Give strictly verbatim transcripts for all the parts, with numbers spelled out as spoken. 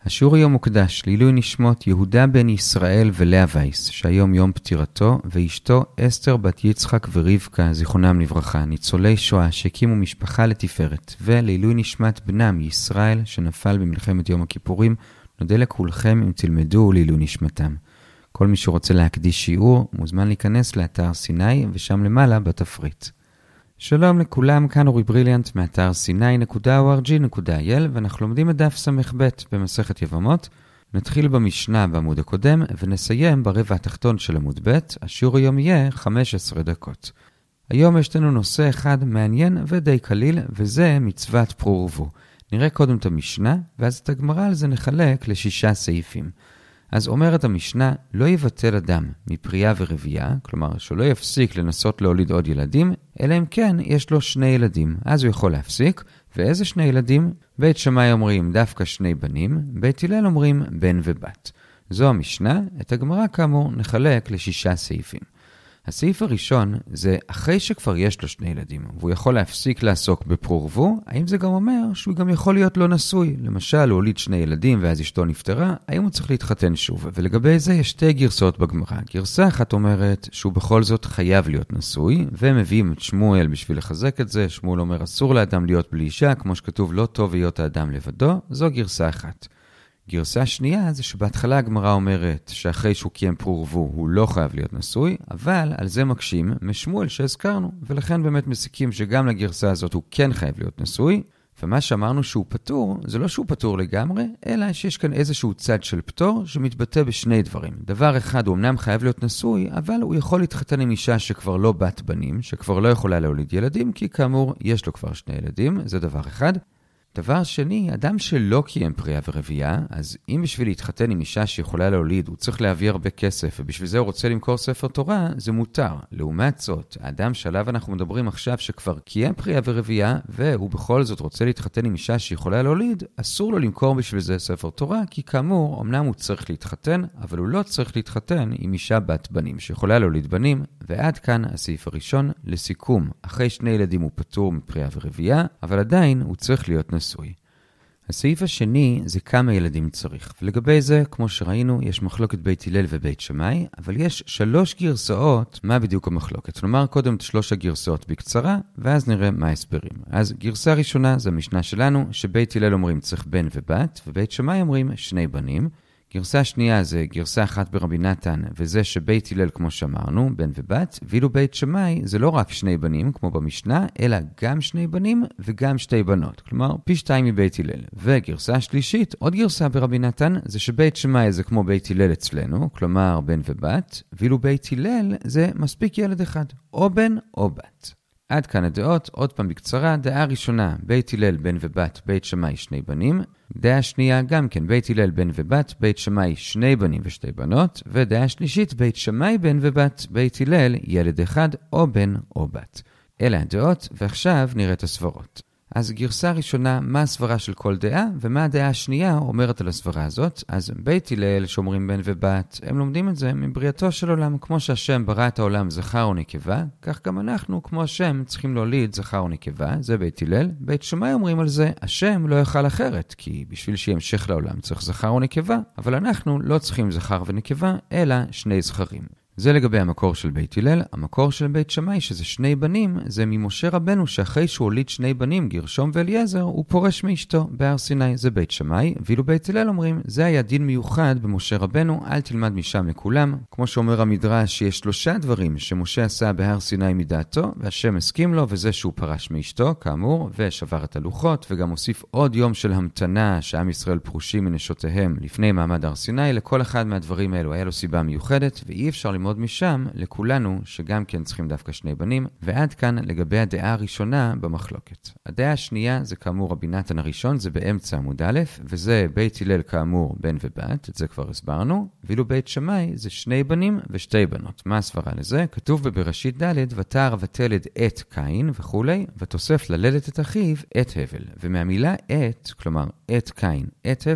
השיעור היום מוקדש לעילוי נשמות יהודה בן ישראל ולאה וייס, שהיום יום פטירתו, ואשתו אסתר בת יצחק ורבקה, זיכרונם לברכה, ניצולי שואה שהקימו משפחה לתפארת, ולעילוי נשמת בנם ישראל שנפל במלחמת יום הכיפורים. נודה לכולכם אם תלמדו לעילוי נשמתם. כל מי שרוצה להקדיש שיעור מוזמן להיכנס לאתר סיני, ושם למעלה בתפריט. שלום לכולם, כאן אורי בריליאנט מאתר סיני נקודה או אר ג'י נקודה איי אל, ואנחנו לומדים את דף סמך ב' במסכת יבמות. נתחיל במשנה בעמוד הקודם ונסיים ברבע התחתון של עמוד ב'. השיעור היום יהיה חמש עשרה דקות. היום יש לנו נושא אחד מעניין ודי קליל, וזה מצוות פרו ורבו. נראה קודם את המשנה, ואז את הגמרא על זה נחלק לשישה סעיפים. אז אומרת המשנה, לא יבטל אדם מפרייה ורבייה, כלומר שלא יפסיק לנסות להוליד עוד ילדים, אלא אם כן יש לו שני ילדים, אז הוא יכול להפסיק. ואיזה שני ילדים? בית שמאי אומרים דווקא שני בנים, בית הלל אומרים בן ובת. זו המשנה, את הגמרא כאמור נחלק לשישה סעיפים. הסעיף הראשון זה אחרי שכבר יש לו שני ילדים, והוא יכול להפסיק לעסוק בפרו ורבו, האם זה גם אומר שהוא גם יכול להיות לא נשוי? למשל, הוא הוליד שני ילדים ואז אשתו נפטרה, האם הוא צריך להתחתן שוב? ולגבי זה יש שתי גרסאות בגמרא. גרסה אחת אומרת שהוא בכל זאת חייב להיות נשוי, ומביאים את שמואל בשביל לחזק את זה. שמואל אומר אסור לאדם להיות בלי אישה, כמו שכתוב לא טוב להיות האדם לבדו. זו גרסה אחת. גרסה שנייה זה שבהתחלה הגמרא אומרת שאחרי שהוא קיים פרו ורבו הוא לא חייב להיות נשוי, אבל על זה מקשים משמואל שהזכרנו, ולכן באמת מסיקים שגם לגרסה הזאת הוא כן חייב להיות נשוי. ומה שאמרנו שהוא פטור, זה לא שהוא פטור לגמרי, אלא שיש כאן איזשהו צד של פטור שמתבטא בשני דברים. דבר אחד, הוא אמנם חייב להיות נשוי, אבל הוא יכול להתחתן עם אישה שכבר לא בת בנים, שכבר לא יכולה להוליד ילדים, כי כאמור יש לו כבר שני ילדים, זה דבר אחד. דבר שני, אדם שלא קיים פרייה ורבייה, אז אם בשביל להתחתן עם אישה שיכולה להוליד, הוא צריך להביא הרבה כסף, ובשביל זה הוא רוצה למכור ספר תורה, זה מותר. לעומת זאת, האדם שעליו אנחנו מדברים עכשיו שכבר קיים פרייה ורבייה, והוא בכל זאת רוצה להתחתן עם אישה שיכולה להוליד, אסור לו למכור בשביל זה ספר תורה, כי כאמור, אמנם הוא צריך להתחתן, אבל הוא לא צריך להתחתן עם אישה בת בנים שיכולה להוליד בנים. ועד כאן הסעיף הראשון. לסיכום, אחרי שני ילדים הוא פטור מפרייה ורבייה, אבל עדיין הוא צריך להיות נשוי. הסעיף השני זה כמה ילדים צריך, ולגבי זה, כמו שראינו, יש מחלוקת בית הלל ובית שמאי, אבל יש שלוש גרסאות מה בדיוק המחלוקת. נאמר קודם את שלוש הגרסאות בקצרה, ואז נראה מה ההסברים. אז גרסה ראשונה זה המשנה שלנו, שבית הלל אומרים צריך בן ובת, ובית שמאי אומרים שני בנים. גרסה שנייה זה גרסה אחת ברבי נתן, וזה שבית הלל כמו שאמרנו, בן ובת, ואילו בית שמאי זה לא רק שני בנים כמו במשנה, אלא גם שני בנים וגם שתי בנות, כלומר פי שתיים מבית הלל. וגרסה שלישית, עוד גרסה ברבי נתן, זה שבית שמאי זה כמו בית הלל אצלנו, כלומר בן ובת, ואילו בית הלל זה מספיק ילד אחד, או בן או בת. עד כאן הדעות, עוד פעם בקצרה. דעה ראשונה, בית הלל בן ובת, בית שמאי שני בנים. דעה שנייה גם כן, בית הלל בן ובת, בית שמאי שני בנים ושתי בנות. ודעה שלישית, בית שמאי בן ובת, בית הלל ילד אחד, או בן או בת. אלה הדעות, ועכשיו נראה את הסברות. אז גרסה ראשונה, מה הסברה של כל דעה, ומה הדעה השנייה אומרת על הסברה הזאת. אז בית הלל שאומרים בן ובת, הם לומדים את זה מבריאתו של עולם, כמו שהשם ברא את העולם זכר ונקבה, כך גם אנחנו, כמו השם, צריכים להוליד זכר ונקבה, זה בית הלל. בית שמאי אומרים על זה, השם לא יוכל אחרת, כי בשביל שימשך לעולם צריך זכר ונקבה, אבל אנחנו לא צריכים זכר ונקבה, אלא שני זכרים. זה לגבי המקור של בית הלל. המקור של בית שמאי, שזה שני בנים, זה ממשה רבנו, שאחרי שהוא הוליד שני בנים, גרשום ואליעזר, הוא פורש מאשתו בהר סיני. זה בית שמאי. ואילו בית הלל אומרים, זה היה דין מיוחד במשה רבנו, אל תלמד משם לכולם. כמו שאומר המדרש, שיש שלושה דברים שמשה עשה בהר סיני מדעתו, והשם הסכים לו, וזה שהוא פרש מאשתו, כאמור, ושבר את הלוחות, וגם הוסיף עוד יום של המתנה, שעם ישראל פרושים מנשותיהם לפני מעמד הר סיני. לכל אחד מהדברים האלו היה לו סיבה מיוחדת, ואי אפשר ללמוד משם לכולנו שגם כן צריכים דווקא שני בנים. ועד כאן לגבי הדעה הראשונה במחלוקת. הדעה השנייה זה כאמור רבי נתן הראשון, זה באמצע עמוד א', וזה בית הלל כאמור בן ובת, את זה כבר הסברנו. ואילו בית שמאי זה שני בנים ושתי בנות. מה הסברה לזה? כתוב בבראשית ד' ותער ותלד את קין וכולי, ותוסף ללדת את אחיו את הבל. ומהמילה את, כלומר את קין, את הבל,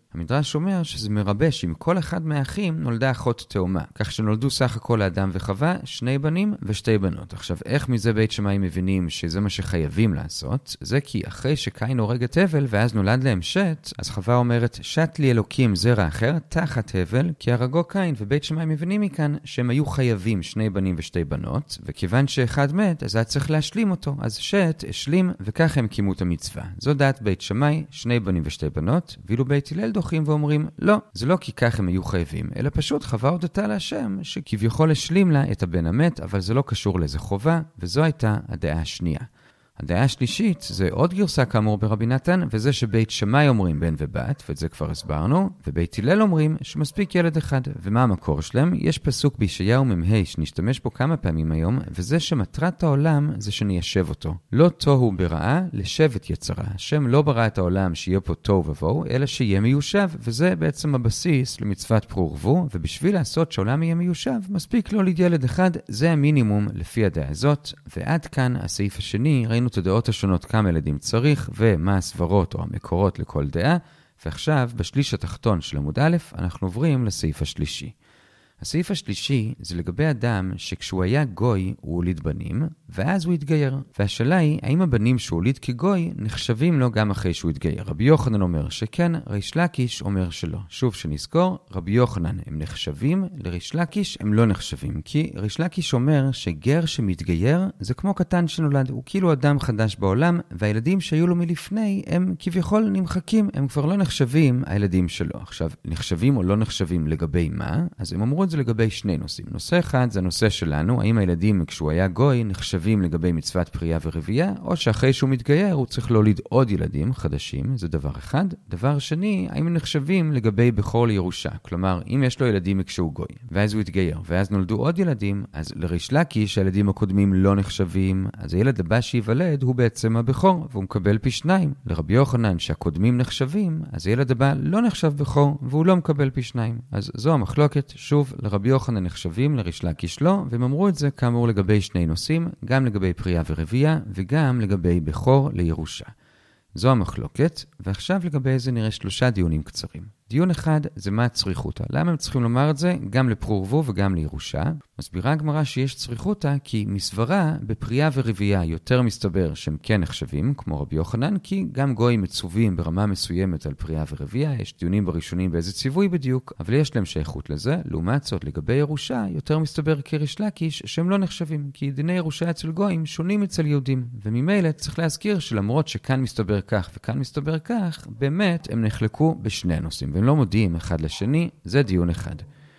המדרש אומר שזה מרבה שעם כל אחד מהאחים נולדה אחות תאומה, כך שנולדו סך הכל לאדם וחווה שני בנים ושתי בנות. עכשיו, איך מזה בית שמאי מבינים שזה מה שחייבים לעשות? זה כי אחרי שקין הורג את הבל ואז נולד להם שת, אז חווה אומרת, שת לי אלוקים זרע אחר תחת הבל, כי הרגו קין, ובית שמאי מבינים מכאן שהם היו חייבים שני בנים ושתי בנות, וכיוון שאחד מת, אז היה צריך להשלים אותו. אז שת השלים, וכך הם קימו את המצווה. זו דעת בית שמאי, שני בנים ושתי בנות, ואילו בית הלל דוחים ואומרים, לא, זה לא כי כך הם היו חייבים, אלא פשוט חווה הודתה להשם, שכביכול השלים לה את הבן המת, אבל זה לא קשור לאיזה חובה, וזו הייתה הדעה השנייה. הדעה השלישית זה עוד גרסה כאמור ברבי נתן, וזה שבית שמאי אומרים בן ובת, ואת זה כבר הסברנו, ובית הלל אומרים שמספיק ילד אחד. ומה המקור שלהם? יש פסוק בישעיהו ממ"ה שנשתמש פה כמה פעמים היום, וזה שמטרת העולם זה שניישב אותו. לא תוהו ברעה, לשבת יצרה. השם לא ברא את העולם שיהיה פה תוהו ובוהו, אלא שיהיה מיושב, וזה בעצם הבסיס למצוות פרו ורבו, ובשביל לעשות שהעולם יהיה מיושב, מספיק לא ילד אחד, זה המינימום לפי הדעה הזאת. ועד כאן הסעיף השני, ראינו את הדעות השונות כמה ילדים צריך ומה הסברות או המקורות לכל דעה, ועכשיו בשליש התחתון של עמוד א' אנחנו עוברים לסעיף השלישי. הסעיף השלישי זה לגבי אדם שכשהוא היה גוי הוא הוליד בנים, ואז הוא התגייר. והשאלה היא, האם הבנים שהוא הוליד כגוי נחשבים לו גם אחרי שהוא התגייר? רבי יוחנן אומר שכן, ריש לקיש אומר שלא. שוב שנזכור, רבי יוחנן הם נחשבים, לריש לקיש הם לא נחשבים. כי ריש לקיש אומר שגר שמתגייר זה כמו קטן שנולד, הוא כאילו אדם חדש בעולם, והילדים שהיו לו מלפני הם כביכול נמחקים, הם כבר לא נחשבים הילדים שלו. עכשיו, נחשבים או לא נחשבים לגבי מה? אז הם אמרו זה לגבי שני נושאים. נושא אחד זה הנושא שלנו, האם הילדים כשהוא היה גוי נחשבים לגבי מצוות פרייה ורבייה, או שאחרי שהוא מתגייר הוא צריך להוליד עוד ילדים חדשים, זה דבר אחד. דבר שני, האם הם נחשבים לגבי בכור לירושה, כלומר, אם יש לו ילדים כשהוא גוי, ואז הוא התגייר, ואז נולדו עוד ילדים, אז לריש לקיש שהילדים הקודמים לא נחשבים, אז הילד הבא שיוולד הוא בעצם הבכור, והוא מקבל פי שניים. לרבי יוחנן שהקודמים נחשבים, אז הילד הבא לא נחשב בכור, והוא לא מקבל פי שניים. אז זו המחלוקת, שוב, לרבי יוחנן נחשבים, לריש לקיש לא, והם אמרו את זה כאמור לגבי שני נושאים, גם לגבי פרייה ורבייה, וגם לגבי בכור לירושה. זו המחלוקת, ועכשיו לגבי זה נראה שלושה דיונים קצרים. דיון אחד זה מה צריכותה. למה הם צריכים לומר את זה? גם לפרו ורבו וגם לירושה. מסבירה הגמרא שיש צריכותה כי מסברה בפרייה ורבייה יותר מסתבר שהם כן נחשבים, כמו רבי יוחנן, כי גם גויים מצווים ברמה מסוימת על פרייה ורבייה, יש דיונים בראשונים באיזה ציווי בדיוק, אבל יש להם שייכות לזה. לעומת זאת, לגבי ירושה, יותר מסתבר כריש לקיש שהם לא נחשבים, כי דיני ירושה אצל גויים שונים אצל יהודים, וממילא צריך להזכיר שלמרות שכאן מסתבר כך וכאן מסתבר כך, באמת הם נחלקו בשני נושאים. והם לא מודיעים אחד לשני, זה דיון אחד.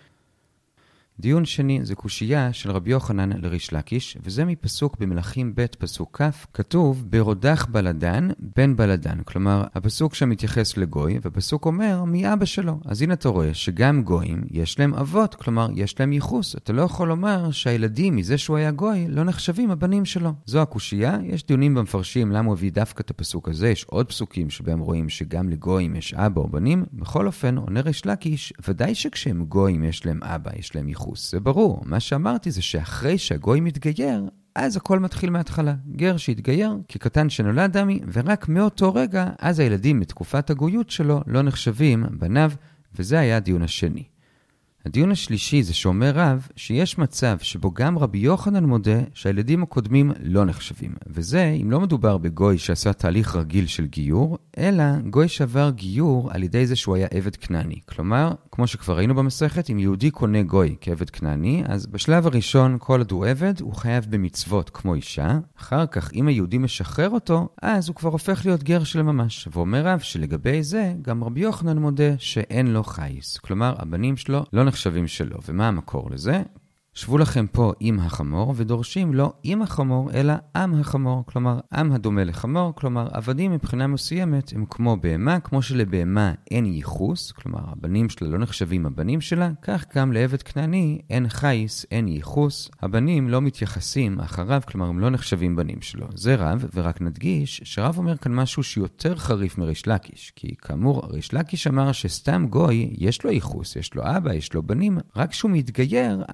דיון שני זה קושייה של רבי יוחנן לריש לקיש, וזה מפסוק במלכים ב' פסוק כ', כתוב ברודח בלדן בן בלדן, כלומר הפסוק שם מתייחס לגוי, והפסוק אומר מי אבא שלו. אז הנה אתה רואה שגם גויים יש להם אבות, כלומר יש להם ייחוס. אתה לא יכול לומר שהילדים מזה שהוא היה גוי לא נחשבים הבנים שלו. זו הקושייה, יש דיונים במפרשים למה הוא הביא דווקא את הפסוק הזה, יש עוד פסוקים שבהם רואים שגם לגויים יש אבא או בנים. בכל אופן עונה ריש לקיש, ודאי שכשהם גויים יש להם אבא, יש להם ייחוס. זה ברור. מה שאמרתי זה שאחרי שהגוי מתגייר, אז הכל מתחיל מההתחלה. גר שהתגייר כקטן שנולד דמי, ורק מאותו רגע, אז הילדים מתקופת הגויות שלו לא נחשבים בניו, וזה היה הדיון השני. הדיון השלישי זה שאומר רב שיש מצב שבו גם רבי יוחנן מודה שהילדים הקודמים לא נחשבים. וזה אם לא מדובר בגוי שעשה תהליך רגיל של גיור, אלא גוי שעבר גיור על ידי זה שהוא היה עבד כנעני. כלומר, כמו שכבר ראינו במסכת, אם יהודי קונה גוי כעבד כנעני, אז בשלב הראשון כל עוד הוא עבד הוא חייב במצוות כמו אישה. אחר כך אם היהודי משחרר אותו, אז הוא כבר הופך להיות גר של ממש. ואומר רב שלגבי זה גם רבי יוחנן מודה שאין לו חייס. כלומר, הבנים שלו לא נחשבים שלו. ומה המקור לזה? שבו לכם פה עם החמור, ודורשים לא עם החמור, אלא עם החמור. כלומר, עם הדומה לחמור, כלומר, עבדים מבחינה מסוימת הם כמו בהמה, כמו שלבהמה אין ייחוס, כלומר, הבנים שלה לא נחשבים הבנים שלה, כך גם לעבד כנעני אין חייס, אין ייחוס, הבנים לא מתייחסים אחריו, כלומר, הם לא נחשבים בנים שלו. זה רב, ורק נדגיש שרב אומר כאן משהו שיותר חריף מריש לקיש, כי כאמור, ריש לקיש אמר שסתם גוי, יש לו ייחוס, יש לו אבא, יש לו בנים, רק שהוא מתגייר, אז הילדים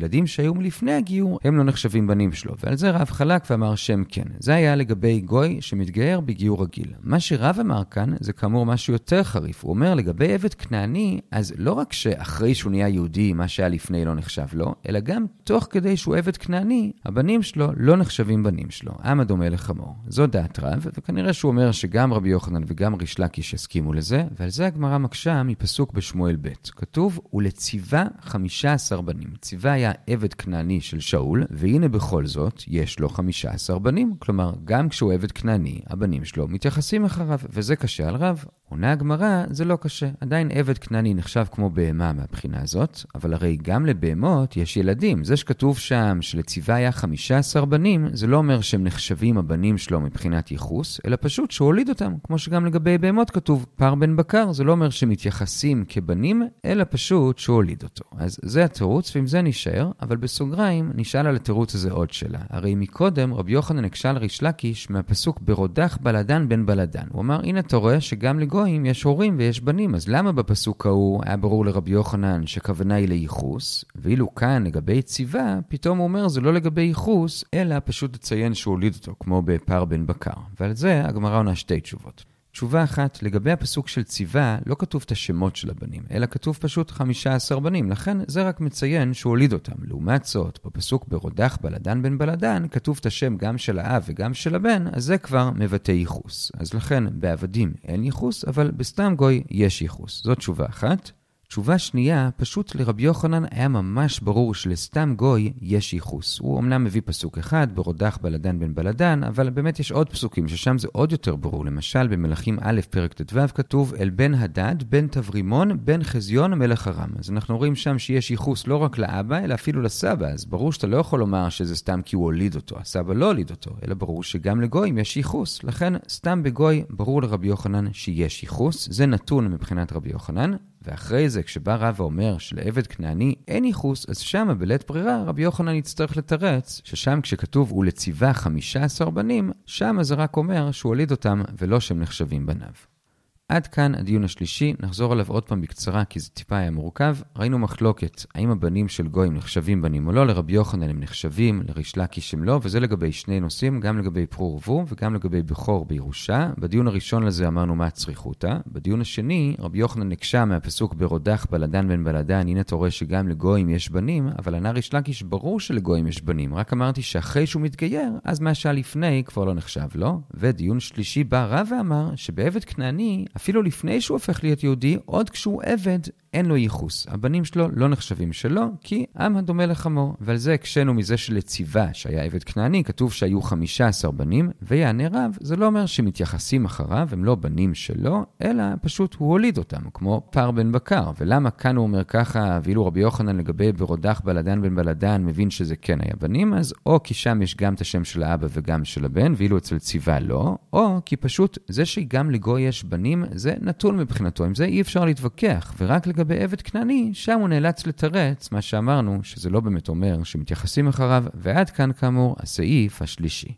הילדים שהיו מלפני הגיור, הם לא נחשבים בנים שלו. ועל זה רב חלק ואמר שם כן. זה היה לגבי גוי שמתגייר בגיור רגיל. מה שרב אמר כאן זה כאמור משהו יותר חריף. הוא אומר לגבי עבד כנעני, אז לא רק שאחרי שהוא נהיה יהודי, מה שהיה לפני לא נחשב לו, אלא גם תוך כדי שהוא עבד כנעני, הבנים שלו לא נחשבים בנים שלו. עם הדומה לחמור. זו דעת רב, וכנראה שהוא אומר שגם רבי יוחנן וגם ריש לקיש הסכימו לזה, ועל זה הגמרא מקשה מפסוק בשמואל ב'. כתוב, ולציווה חמישה עשר בנים. ציווה היה עבד כנעני של שאול, והנה בכל זאת יש לו חמישה עשר בנים. כלומר, גם כשהוא עבד כנעני, הבנים שלו מתייחסים אחריו, וזה קשה על רב. עונה הגמרא, זה לא קשה. עדיין עבד כנעני נחשב כמו בהמה מהבחינה הזאת, אבל הרי גם לבהמות יש ילדים. זה שכתוב שם שלציווה היה חמישה עשר בנים, זה לא אומר שהם נחשבים הבנים שלו מבחינת ייחוס, אלא פשוט שהוא הוליד אותם. כמו שגם לגבי בהמות כתוב פר בן בקר, זה לא אומר שמתייחסים כבנים, אלא פשוט שהוא הוליד אותו. אז זה התירוץ, ועם זה נשאר, אבל בסוגריים נשאל על התירוץ הזה עוד שאלה. הרי מקודם רבי יוחנן הקשה לריש לקיש מהפסוק ברודח בלדן בן בלדן. הוא אמר, הנה אתה רואה שגם לגויים יש הורים ויש בנים, אז למה בפסוק ההוא היה ברור לרבי יוחנן שכוונה היא לייחוס, ואילו כאן לגבי ציווה, פתאום הוא אומר זה לא לגבי ייחוס, אלא פשוט לציין שהוא הוליד אותו, כמו בפר בן בקר. ועל זה הגמרא עונה שתי תשובות. תשובה אחת, לגבי הפסוק של ציווה, לא כתוב את השמות של הבנים, אלא כתוב פשוט חמישה עשר בנים, לכן זה רק מציין שהוא הוליד אותם. לעומת זאת, בפסוק ברודח בלדן בן בלדן, כתוב את השם גם של האב וגם של הבן, אז זה כבר מבטא ייחוס. אז לכן, בעבדים אין ייחוס, אבל בסתם גוי יש ייחוס. זאת תשובה אחת. תשובה שנייה, פשוט לרבי יוחנן היה ממש ברור שלסתם גוי יש ייחוס. הוא אמנם מביא פסוק אחד, ברודח בלדן בן בלדן, אבל באמת יש עוד פסוקים ששם זה עוד יותר ברור. למשל, במלכים א' פרק ט"ו כתוב, אל בן הדד, בן תברימון, בן חזיון, מלך ארם. אז אנחנו רואים שם שיש ייחוס לא רק לאבא, אלא אפילו לסבא. אז ברור שאתה לא יכול לומר שזה סתם כי הוא הוליד אותו. הסבא לא הוליד אותו, אלא ברור שגם לגויים יש ייחוס. לכן, סתם בגוי ברור לרבי יוחנן שיש ייחוס. זה נתון מבחינת רבי יוחנן. ואחרי זה, כשבא רב ואומר שלעבד כנעני אין ייחוס, אז שם בלית ברירה רבי יוחנן יצטרך לתרץ, ששם כשכתוב ולציווה חמישה עשר בנים, שם זה רק אומר שהוא הוליד אותם ולא שהם נחשבים בניו. עד כאן הדיון השלישי, נחזור עליו עוד פעם בקצרה כי זה טיפה היה מורכב. ראינו מחלוקת, האם הבנים של גויים נחשבים בנים או לא, לרבי יוחנן הם נחשבים, לריש לקיש הם לא, וזה לגבי שני נושאים, גם לגבי פרו ורבו וגם לגבי בכור בירושה. בדיון הראשון לזה אמרנו מה צריכותה. בדיון השני, רבי יוחנן נקשה מהפסוק ברודח בלדן בן בלדן, הנה אתה רואה שגם לגויים יש בנים, אבל ענה ריש לקיש ברור שלגויים יש בנים, רק אמרתי שאחרי שהוא מתגייר, אז מה שהיה לפני כבר לא נחשב לו. ודיון שלישי בא רב ואמר שבעבד כנעני אפילו לפני שהוא הופך להיות יהודי, עוד כשהוא עבד, אין לו ייחוס. הבנים שלו לא נחשבים שלו, כי עם הדומה לחמור. ועל זה הקשנו מזה שלציווה, שהיה עבד כנעני, כתוב שהיו חמישה עשר בנים, ויענה רב, זה לא אומר שמתייחסים אחריו, הם לא בנים שלו, אלא פשוט הוא הוליד אותם, כמו פר בן בקר. ולמה כאן הוא אומר ככה, ואילו רבי יוחנן לגבי ברודח בלדן בן בלדן, מבין שזה כן היה בנים, אז או כי שם יש גם את השם של האבא וגם של הבן, ואילו אצל ציווה לא, או כי פשוט זה שגם לגוי יש בנים, זה נתון מבחינתו, עם זה אי אפשר להתווכח, ורק לגבי עבד כנעני, שם הוא נאלץ לתרץ מה שאמרנו, שזה לא באמת אומר שמתייחסים אחריו, ועד כאן כאמור הסעיף השלישי.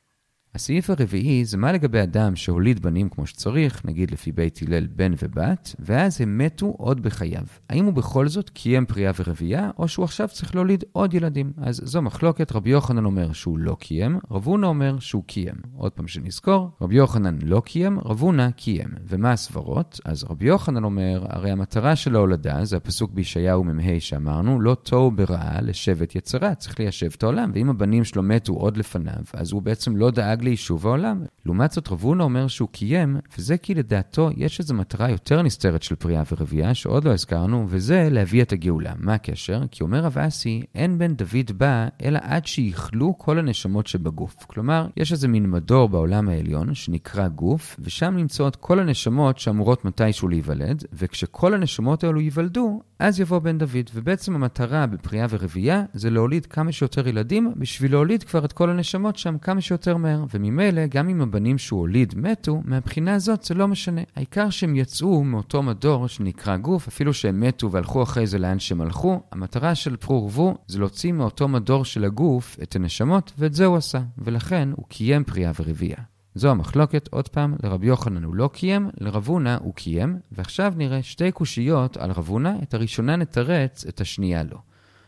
הסעיף הרביעי זה מה לגבי אדם שהוליד בנים כמו שצריך, נגיד לפי בית הלל בן ובת, ואז הם מתו עוד בחייו. האם הוא בכל זאת קיים פרייה ורבייה, או שהוא עכשיו צריך להוליד עוד ילדים? אז זו מחלוקת, רבי יוחנן אומר שהוא לא קיים, רב הונא אומר שהוא קיים. עוד פעם שנזכור, רבי יוחנן לא קיים, רב הונא קיים. ומה הסברות? אז רבי יוחנן אומר, הרי המטרה של ההולדה, זה הפסוק בישעיהו מ"ה שאמרנו, לא תוהו ברעה לשבת יצרה, צריך ליישב את העולם, ואם הבנים שלו מתו עוד לפניו, אז הוא בעצם לא דאג ליישוב העולם. לעומת זאת רב הונא אומר שהוא קיים, וזה כי לדעתו יש איזו מטרה יותר נסתרת של פרייה ורבייה, שעוד לא הזכרנו, וזה להביא את הגאולה. מה הקשר? כי אומר רב אסי, אין בן דוד בא, אלא עד שיכלו כל הנשמות שבגוף. כלומר, יש איזה מין מדור בעולם העליון, שנקרא גוף, ושם נמצאות כל הנשמות שאמורות מתישהו להיוולד, וכשכל הנשמות האלו ייוולדו, אז יבוא בן דוד. ובעצם המטרה בפרייה ורבייה, זה להוליד כמה שיותר ילדים, בשביל להוליד כבר את כל הנשמות שם כמה שיותר מהר. וממילא, גם אם הבנים שהוא הוליד מתו, מהבחינה הזאת זה לא משנה. העיקר שהם יצאו מאותו מדור שנקרא גוף, אפילו שהם מתו והלכו אחרי זה לאן שהם הלכו, המטרה של פרו ורבו זה להוציא מאותו מדור של הגוף את הנשמות, ואת זה הוא עשה. ולכן הוא קיים פרייה ורבייה. זו המחלוקת, עוד פעם, לרבי יוחנן הוא לא קיים, לרב הונא הוא קיים, ועכשיו נראה שתי קושיות על רב הונא, את הראשונה נתרץ, את השנייה לא.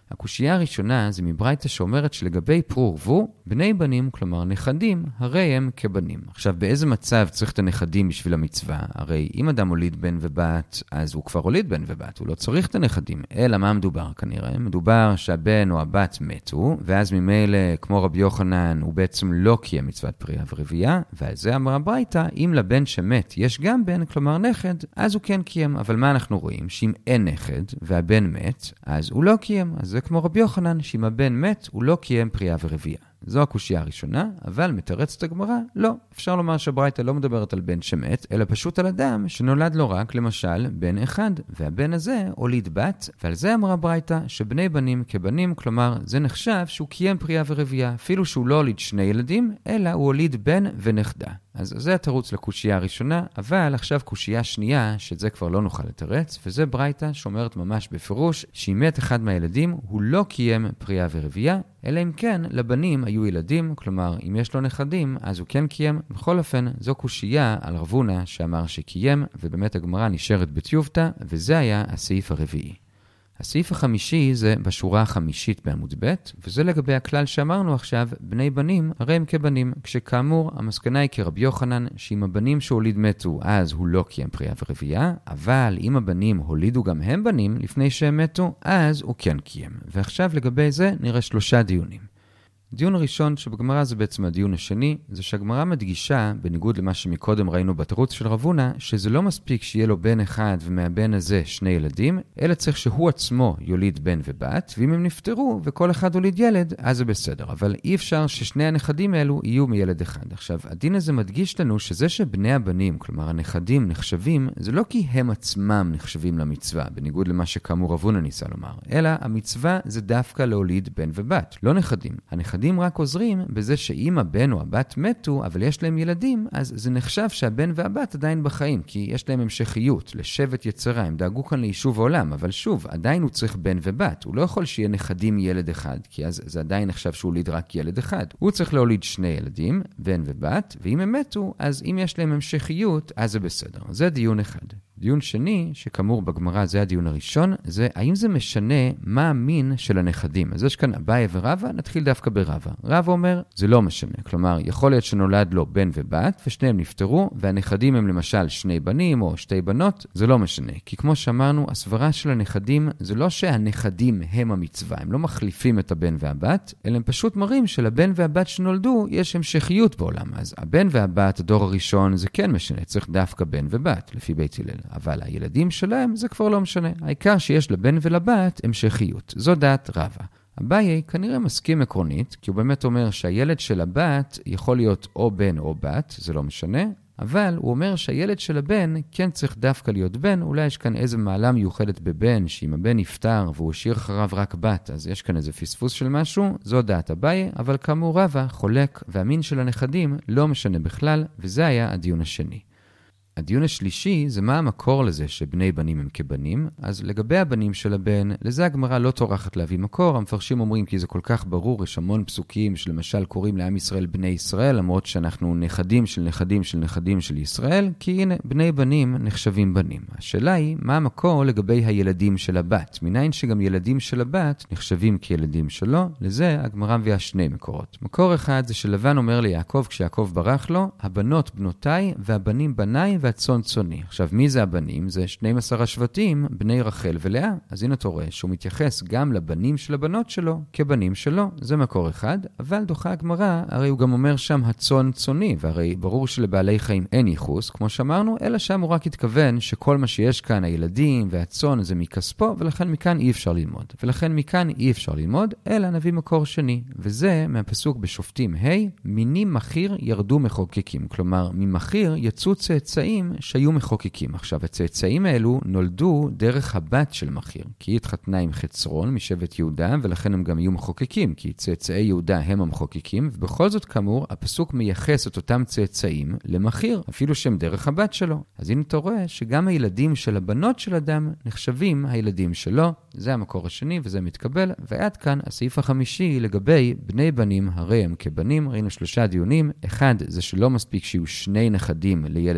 הקושייה הראשונה זה מברייתא שאומרת שלגבי פרו ורבו, בני בנים, כלומר נכדים, הרי הם כבנים. עכשיו, באיזה מצב צריך את הנכדים בשביל המצווה? הרי אם אדם הוליד בן ובת, אז הוא כבר הוליד בן ובת, הוא לא צריך את הנכדים. אלא מה מדובר כנראה? מדובר שהבן או הבת מתו, ואז ממילא, כמו רבי יוחנן, הוא בעצם לא קיים מצוות פרייה ורבייה, ועל זה אמרה ברייתא, אם לבן שמת יש גם בן, כלומר נכד, אז הוא כן קיים. אבל מה אנחנו רואים? שאם אין נכד והבן מת, אז הוא לא קיים. אז זה כמו רבי יוחנן, שאם הבן מת, הוא לא קיים פרייה ורבייה. זו הקושייה הראשונה, אבל מתרצת הגמרא, לא. אפשר לומר שהברייתא לא מדברת על בן שמת, אלא פשוט על אדם שנולד לו רק, למשל, בן אחד, והבן הזה הוליד בת, ועל זה אמרה ברייתא שבני בנים כבנים, כלומר, זה נחשב שהוא קיים פרייה ורבייה, אפילו שהוא לא הוליד שני ילדים, אלא הוא הוליד בן ונכדה. אז זה התירוץ לקושייה הראשונה, אבל עכשיו קושייה שנייה, שזה כבר לא נוכל לתרץ, וזה ברייתא שאומרת ממש בפירוש, שאם מת אחד מהילדים, הוא לא קיים פרייה ורבייה, אלא אם כן לבנים היו ילדים, כלומר, אם יש לו נכדים, אז הוא כן קיים. בכל אופן, זו קושייה על רב הונא שאמר שקיים, ובאמת הגמרא נשארת בתיובתא, וזה היה הסעיף הרביעי. הסעיף החמישי זה בשורה החמישית בעמוד ב', וזה לגבי הכלל שאמרנו עכשיו, בני בנים הרי הם כבנים, כשכאמור המסקנה היא כרבי יוחנן, שאם הבנים שהוליד מתו אז הוא לא קיים פרייה ורבייה, אבל אם הבנים הולידו גם הם בנים לפני שהם מתו, אז הוא כן קיים. ועכשיו לגבי זה נראה שלושה דיונים. דיון הראשון שבגמרא זה בעצם הדיון השני, זה שהגמרא מדגישה, בניגוד למה שמקודם ראינו בתירוץ של רב הונא, שזה לא מספיק שיהיה לו בן אחד ומהבן הזה שני ילדים, אלא צריך שהוא עצמו יוליד בן ובת, ואם הם נפטרו וכל אחד הוליד ילד, אז זה בסדר. אבל אי אפשר ששני הנכדים האלו יהיו מילד אחד. עכשיו, הדין הזה מדגיש לנו שזה שבני הבנים, כלומר הנכדים נחשבים, זה לא כי הם עצמם נחשבים למצווה, בניגוד למה שכאמור רב הונא ניסה לומר, אלא המצווה זה דווקא להוליד בן ובת, לא נכדים. הנכדים רק עוזרים בזה שאם הבן או הבת מתו, אבל יש להם ילדים, אז זה נחשב שהבן והבת עדיין בחיים, כי יש להם המשכיות, לשבט יצרה, הם דאגו כאן ליישוב העולם, אבל שוב, עדיין הוא צריך בן ובת, הוא לא יכול שיהיה נכדים ילד אחד, כי אז זה עדיין נחשב שהוא הוליד רק ילד אחד. הוא צריך להוליד שני ילדים, בן ובת, ואם הם מתו, אז אם יש להם המשכיות, אז זה בסדר. זה דיון אחד. דיון שני, שכאמור בגמרא זה הדיון הראשון, זה האם זה משנה מה המין של הנכדים. אז יש כאן אביי ורבא, נתחיל דווקא ברבא. רבא אומר, זה לא משנה. כלומר, יכול להיות שנולד לו בן ובת, ושניהם נפטרו, והנכדים הם למשל שני בנים או שתי בנות, זה לא משנה. כי כמו שאמרנו, הסברה של הנכדים, זה לא שהנכדים הם המצווה, הם לא מחליפים את הבן והבת, אלא הם פשוט מראים שלבן והבת שנולדו, יש המשכיות בעולם. אז הבן והבת, הדור הראשון, זה כן משנה, צריך דווקא בן ובת, לפי בית הלל. אבל הילדים שלהם זה כבר לא משנה. העיקר שיש לבן ולבת המשכיות. זו דעת רבא. אביי כנראה מסכים עקרונית, כי הוא באמת אומר שהילד של הבת יכול להיות או בן או בת, זה לא משנה, אבל הוא אומר שהילד של הבן כן צריך דווקא להיות בן, אולי יש כאן איזו מעלה מיוחדת בבן, שאם הבן נפטר והוא השאיר אחריו רק בת, אז יש כאן איזה פספוס של משהו, זו דעת אביי, אבל כאמור רבא חולק, והמין של הנכדים לא משנה בכלל, וזה היה הדיון השני. הדיון השלישי זה מה המקור לזה שבני בנים הם כבנים, אז לגבי הבנים של הבן, לזה הגמרא לא טורחת להביא מקור, המפרשים אומרים כי זה כל כך ברור, יש המון פסוקים שלמשל קוראים לעם ישראל בני ישראל, למרות שאנחנו נכדים של נכדים של נכדים של ישראל, כי הנה בני בנים נחשבים בנים. השאלה היא מה המקור לגבי הילדים של הבת, מניין שגם ילדים של הבת נחשבים כילדים שלו, לזה הגמרא מביאה שני מקורות. מקור אחד זה שלבן אומר ליעקב כשיעקב ברח לו, הבנות בנותיי והבנים בניי והצאן צאני. עכשיו, מי זה הבנים? זה שנים עשר השבטים, בני רחל ולאה. אז הנה אתה רואה שהוא מתייחס גם לבנים של הבנות שלו כבנים שלו. זה מקור אחד, אבל דוחה הגמרא, הרי הוא גם אומר שם הצאן צאני, והרי ברור שלבעלי חיים אין ייחוס, כמו שאמרנו, אלא שם הוא רק התכוון שכל מה שיש כאן, הילדים והצאן, זה מכספו, ולכן מכאן אי אפשר ללמוד. ולכן מכאן אי אפשר ללמוד, אלא נביא מקור שני. וזה מהפסוק בשופטים ה' מינים מחיר ירדו מחוקקים. כלומר, ממחיר יצאו צאצאים שהיו מחוקקים. עכשיו, הצאצאים האלו נולדו דרך הבת של מחיר, כי היא התחתנה עם חצרון משבט יהודה, ולכן הם גם יהיו מחוקקים, כי צאצאי יהודה הם המחוקקים, ובכל זאת כאמור, הפסוק מייחס את אותם צאצאים למחיר, אפילו שהם דרך הבת שלו. אז הנה אתה רואה שגם הילדים של הבנות של אדם נחשבים הילדים שלו, זה המקור השני וזה מתקבל, ועד כאן הסעיף החמישי לגבי בני בנים הרי הם כבנים. ראינו שלושה דיונים, אחד זה שלא מספיק שיהיו שני נכדים לילד אחד,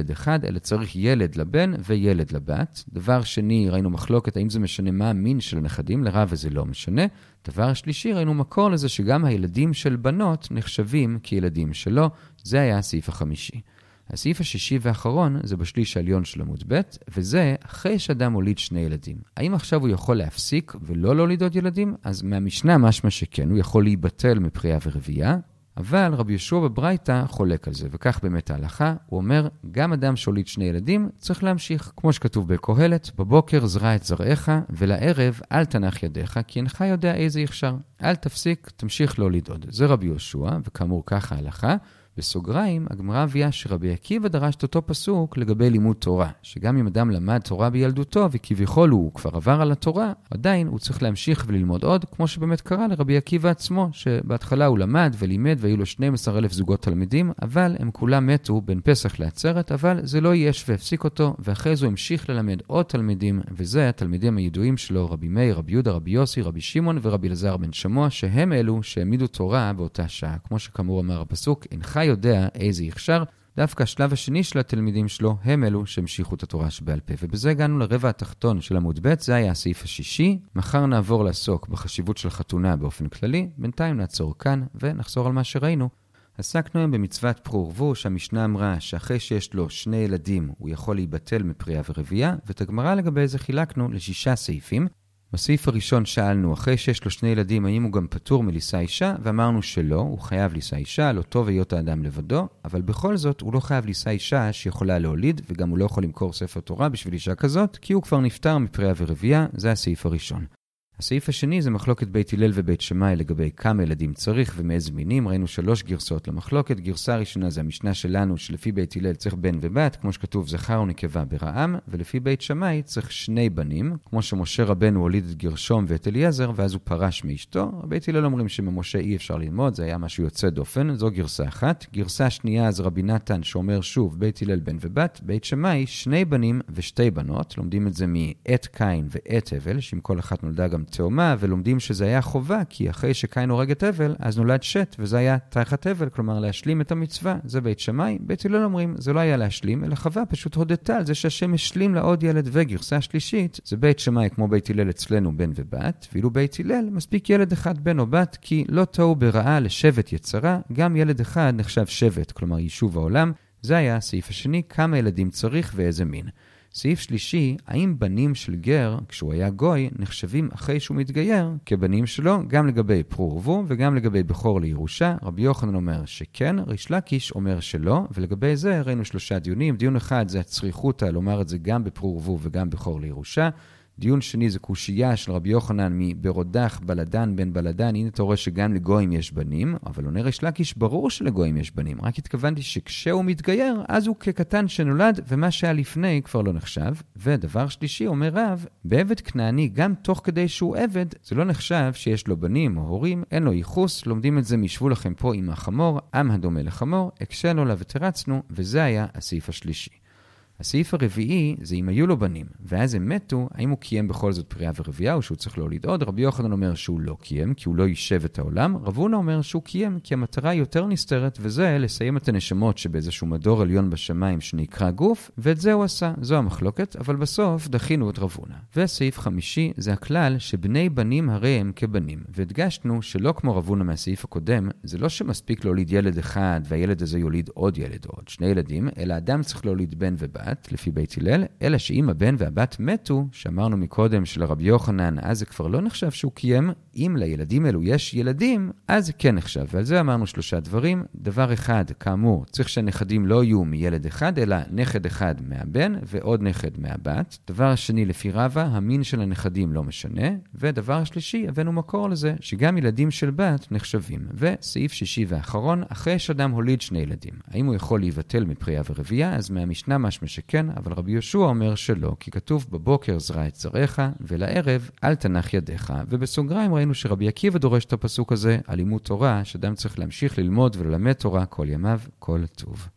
אלא צריך ילד לבן וילד לבת. דבר שני, ראינו מחלוקת האם זה משנה מה המין של הנכדים, לרב וזה לא משנה. דבר שלישי, ראינו מקור לזה שגם הילדים של בנות נחשבים כילדים שלו. זה היה הסעיף החמישי. הסעיף השישי והאחרון זה בשליש העליון של עמוד ב', וזה אחרי שאדם הוליד שני ילדים. האם עכשיו הוא יכול להפסיק ולא להוליד עוד ילדים? אז מהמשנה משמע שכן, הוא יכול להיבטל מפרייה ורבייה, אבל רבי יהושע בברייתא חולק על זה, וכך באמת ההלכה, הוא אומר, גם אדם שהוליד שני ילדים צריך להמשיך, כמו שכתוב בקהלת, בבוקר זרע את זרעך, ולערב אל תנח ידיך, כי אינך יודע איזה יכשר. אל תפסיק, תמשיך להוליד עוד. זה רבי יהושע, וכאמור ככה ההלכה. בסוגריים, הגמרא הביאה שרבי עקיבא דרש את אותו פסוק לגבי לימוד תורה, שגם אם אדם למד תורה בילדותו וכביכול הוא כבר עבר על התורה, עדיין הוא צריך להמשיך וללמוד עוד, כמו שבאמת קרה לרבי עקיבא עצמו, שבהתחלה הוא למד ולימד והיו לו שנים עשר אלף זוגות תלמידים, אבל הם כולם מתו בין פסח לעצרת, אבל זה לא יש והפסיק אותו, ואחרי זה הוא המשיך ללמד עוד תלמידים, וזה התלמידים הידועים שלו, רבי מאיר, רבי יהודה, רבי יוסי, רבי שמעון ורבי אלעזר בן שמוע, שהם אלו שהעמידו תורה באותה שעה, כמו שכאמור אמר הפסוק, אינך יודע איזה יכשר, דווקא השלב השני של התלמידים שלו הם אלו שהמשיכו את התורה שבעל פה. ובזה הגענו לרבע התחתון של עמוד ב', זה היה הסעיף השישי. מחר נעבור לעסוק בחשיבות של חתונה באופן כללי, בינתיים נעצור כאן ונחזור על מה שראינו. עסקנו היום במצוות פרו ורבו, שהמשנה אמרה שאחרי שיש לו שני ילדים הוא יכול להיבטל מפרייה ורבייה, ואת הגמרא לגבי זה חילקנו לשישה סעיפים. בסעיף הראשון שאלנו, אחרי שיש לו שני ילדים, האם הוא גם פטור מלישא אישה, ואמרנו שלא, הוא חייב לישא אישה, לא טוב היות האדם לבדו, אבל בכל זאת הוא לא חייב לישא אישה שיכולה להוליד, וגם הוא לא יכול למכור ספר תורה בשביל אישה כזאת, כי הוא כבר נפטר מפרייה ורבייה, זה הסעיף הראשון. הסעיף השני זה מחלוקת בית הלל ובית שמאי לגבי כמה ילדים צריך ומאיזה מינים. ראינו שלוש גרסאות למחלוקת. גרסה הראשונה זה המשנה שלנו שלפי בית הלל צריך בן ובת, כמו שכתוב זכר ונקבה ברעם, ולפי בית שמאי צריך שני בנים, כמו שמשה רבנו הוליד את גרשום ואת אליעזר ואז הוא פרש מאשתו. בית הלל אומרים שממשה אי אפשר ללמוד, זה היה משהו יוצא דופן, זו גרסה אחת. גרסה שנייה זה רבי נתן שאומר שוב בית הלל בן ובת, בית שמאי שני בנים ושתי בנות. לומדים את זה מעת קין ועת הבל, שעם כל אחת נולדה גם תאומה, ולומדים שזה היה חובה, כי אחרי שקין הורג את הבל, אז נולד שת, וזה היה תחת הבל, כלומר להשלים את המצווה. זה בית שמאי. בית הלל אומרים, זה לא היה להשלים, אלא חובה פשוט הודתה על זה שהשם השלים לה עוד ילד. וגרסה השלישית, זה בית שמאי כמו בית הלל אצלנו בן ובת, ואילו בית הלל מספיק ילד אחד בן או בת, כי לא טעו ברעה לשבט יצרה, גם ילד אחד נחשב שבט, כלומר יישוב העולם. זה היה הסעיף השני, כמה ילדים צריך ואיזה מין. סעיף שלישי, האם בנים של גר, כשהוא היה גוי, נחשבים אחרי שהוא מתגייר כבנים שלו, גם לגבי פרו ורבו וגם לגבי בכור לירושה? רבי יוחנן אומר שכן, ריש לקיש אומר שלא, ולגבי זה ראינו שלושה דיונים. דיון אחד זה הצריכותא לומר את זה גם בפרו ורבו וגם בכור לירושה. דיון שני זה קושייה של רבי יוחנן מברודח בלדן בן בלדן, הנה אתה רואה שגם לגויים יש בנים, אבל עונה ריש לקיש ברור שלגויים יש בנים, רק התכוונתי שכשהוא מתגייר, אז הוא כקטן שנולד, ומה שהיה לפני כבר לא נחשב. ודבר שלישי אומר רב, בעבד כנעני גם תוך כדי שהוא עבד, זה לא נחשב שיש לו בנים או הורים, אין לו ייחוס. לומדים את זה מישבו לכם פה עם החמור, עם הדומה לחמור, הקשנו לה ותרצנו, וזה היה הסעיף השלישי. הסעיף הרביעי זה אם היו לו בנים, ואז הם מתו, האם הוא קיים בכל זאת פרייה ורבייה, או שהוא צריך להוליד עוד. רבי יוחנן אומר שהוא לא קיים, כי הוא לא יישב את העולם. רב הונא אומר שהוא קיים, כי המטרה היא יותר נסתרת, וזה לסיים את הנשמות שבאיזשהו מדור עליון בשמיים שנקרא גוף, ואת זה הוא עשה. זו המחלוקת, אבל בסוף דחינו את רב הונא. והסעיף חמישי זה הכלל שבני בנים הרי הם כבנים, והדגשנו שלא כמו רב הונא מהסעיף הקודם, זה לא שמספיק להוליד ילד אחד, והילד הזה יוליד עוד ילד או עוד שני ילדים, אלא אדם צריך להוליד בן ובת, לפי בית הלל, אלא שאם הבן והבת מתו, שאמרנו מקודם של רבי יוחנן, אז זה כבר לא נחשב שהוא קיים. אם לילדים אלו יש ילדים, אז זה כן נחשב. ועל זה אמרנו שלושה דברים. דבר אחד, כאמור, צריך שהנכדים לא יהיו מילד אחד, אלא נכד אחד מהבן ועוד נכד מהבת. דבר שני, לפי רבא, המין של הנכדים לא משנה. ודבר שלישי, הבאנו מקור לזה, שגם ילדים של בת נחשבים. וסעיף שישי ואחרון, אחרי שאדם הוליד שני ילדים, האם הוא יכול להיבטל מפרייה ורבייה? אז מהמשנה משמע שכן, אבל רבי יהושע אומר שלא, כי כתוב בבוקר זרע את זרעך, ולערב אל תנח ידיך. ובסוגריים ראינו שרבי עקיבא דורש את הפסוק הזה על לימוד תורה, שאדם צריך להמשיך ללמוד וללמד תורה כל ימיו. כל טוב.